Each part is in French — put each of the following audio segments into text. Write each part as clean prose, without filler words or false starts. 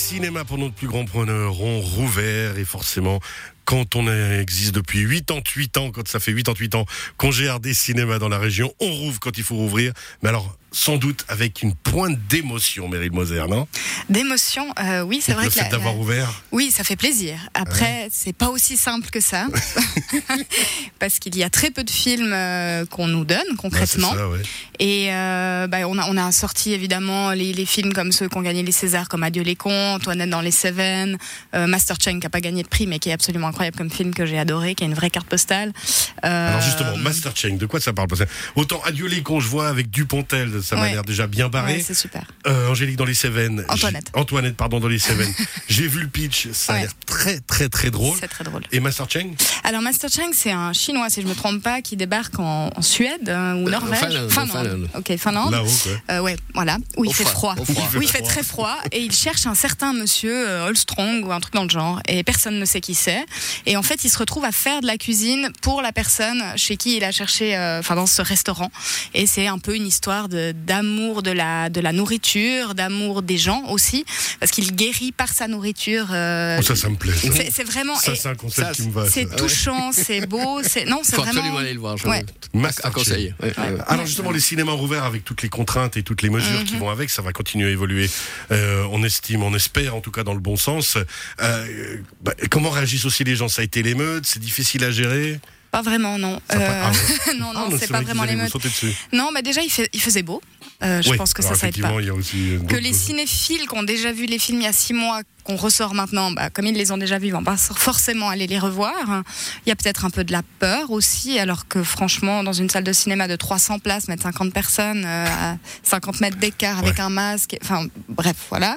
cinémas pour notre plus grand bonheur ont rouvert et forcément, quand on existe depuis 88 ans, quand ça fait 88 ans qu'on gère des cinémas dans la région, on rouvre quand il faut rouvrir. Mais alors, sans doute avec une pointe d'émotion, Meryl Moser, non ? D'émotion, oui, c'est vrai le que fait d'avoir ouvert. Oui, ça fait plaisir. Après, c'est pas aussi simple que ça, parce qu'il y a très peu de films qu'on nous donne concrètement. C'est ça, ouais. Et on a sorti évidemment les films comme ceux qui ont gagné les Césars, comme Adieu les cons, Antoinette dans les Cévennes, Master Cheng qui a pas gagné de prix, mais qui est absolument incroyable comme film que j'ai adoré, qui a une vraie carte postale. Alors justement, Master Cheng, de quoi ça parle ? Autant Adieu les cons, je vois avec Dupontel, ça m'a l'air déjà bien barré. Ouais, c'est super. Angélique dans les Cévennes. Antoinette, pardon, dans les Cévennes. J'ai vu le pitch, ça a l'air très très très drôle. C'est très drôle. Et Master Cheng ? Alors Master Cheng, c'est un Chinois, si je me trompe pas, qui débarque en Suède ou Norvège. Finlande. Ok, Finlande. Là-haut, quoi. Ouais, voilà. Où il fait froid. Où il fait très froid. Et il cherche un certain monsieur Holstrong ou un truc dans le genre. Et personne ne sait qui c'est. Et en fait, il se retrouve à faire de la cuisine pour la personne chez qui il a cherché, dans ce restaurant. Et c'est un peu une histoire d'amour de la nourriture, d'amour des gens aussi, parce qu'il guérit par sa nourriture. Ça me plaît. C'est vraiment. Ça, c'est un concept qui me va. C'est touchant, c'est beau. C'est faut vraiment. absolument aller le voir. Master À conseiller. Cheng. Alors justement, les cinémas rouverts avec toutes les contraintes et toutes les mesures qui vont avec, ça va continuer à évoluer. On estime, on espère, en tout cas dans le bon sens. Comment réagissent aussi les gens ? Ça a été l'émeute, c'est difficile à gérer ? Pas vraiment, non. Non, c'est pas vraiment l'émeute. Non, déjà, il faisait beau. Je pense que ça aide pas. Il y a aussi que les cinéphiles qui ont déjà vu les films il y a 6 mois, qu'on ressort maintenant, comme ils les ont déjà vus, ils vont pas forcément aller les revoir. Il y a peut-être un peu de la peur aussi, alors que franchement, dans une salle de cinéma de 300 places, mettre 50 personnes à 50 mètres d'écart avec un masque, bref, voilà.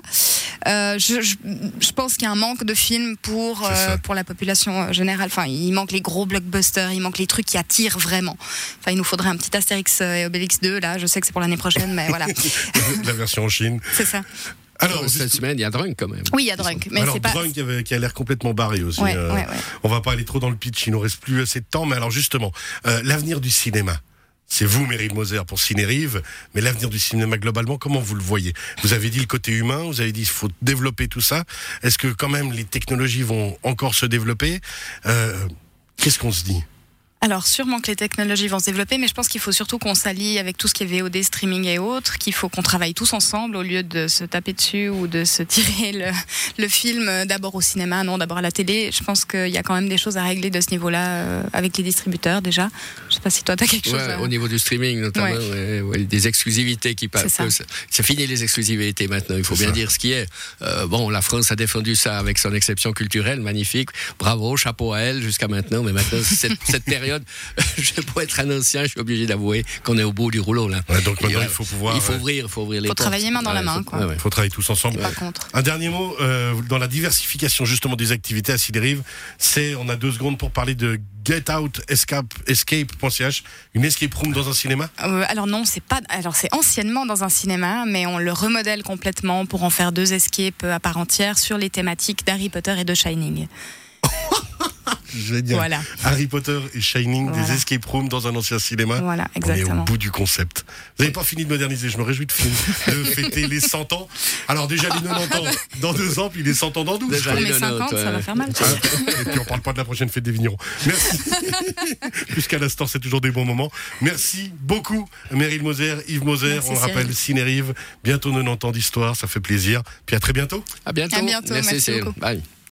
Je pense qu'il y a un manque de films pour la population générale. Il manque les gros blockbusters, il manque les trucs qui attirent vraiment. Il nous faudrait un petit Astérix et Obélix 2, là, je sais que c'est pour l'année prochaine, mais voilà. La version en Chine. C'est ça. Alors, cette semaine, il y a Drunk quand même. Oui, il y a Drunk. Mais alors, c'est pas... Drunk qui a l'air complètement barré aussi. Ouais. On va pas aller trop dans le pitch, il nous reste plus assez de temps. Mais alors justement, l'avenir du cinéma. C'est vous, Meryl Moser, pour Cinérive, mais l'avenir du cinéma globalement, comment vous le voyez ? Vous avez dit le côté humain, vous avez dit qu'il faut développer tout ça. Est-ce que quand même les technologies vont encore se développer ? Qu'est-ce qu'on se dit ? Alors sûrement que les technologies vont se développer, mais je pense qu'il faut surtout qu'on s'allie avec tout ce qui est VOD, streaming et autres, qu'il faut qu'on travaille tous ensemble au lieu de se taper dessus ou de se tirer le film d'abord au cinéma, non d'abord à la télé. Je pense qu'il y a quand même des choses à régler de ce niveau-là avec les distributeurs déjà. Je sais pas si toi tu as quelque chose à... Au niveau du streaming notamment, des exclusivités qui passent. C'est fini les exclusivités maintenant, il faut bien dire ce qui est. La France a défendu ça avec son exception culturelle, magnifique. Bravo, chapeau à elle jusqu'à maintenant, mais maintenant cette période, je peux être un ancien, je suis obligé d'avouer qu'on est au bout du rouleau là. Donc maintenant il faut pouvoir. Il faut ouvrir les portes. Il faut travailler main dans la main. Il faut travailler tous ensemble. Pas contre. Un dernier mot dans la diversification justement des activités à Cinérive, on a 2 secondes pour parler de Get Out Escape.ch, une escape room dans un cinéma. Alors non, c'est anciennement dans un cinéma, mais on le remodèle complètement pour en faire 2 escapes à part entière sur les thématiques d'Harry Potter et de Shining. Génial. Voilà. Harry Potter et Shining, des escape rooms dans un ancien cinéma. Voilà, exactement. On est au bout du concept. Vous n'avez pas fini de moderniser, je me réjouis de fêter les 100 ans. Alors déjà les 90 ans dans 2 ans, puis les 100 ans dans 12. Déjà les 50, ça va faire mal. Et puis on parle pas de la prochaine fête des vignerons. Merci. Jusqu'à l'instant, c'est toujours des bons moments. Merci beaucoup Meryl Moser, Yves Moser. Merci, on le rappelle, Cinérive, bientôt 90 ans d'histoire, ça fait plaisir. Puis à très bientôt. À bientôt. Merci beaucoup. Bye.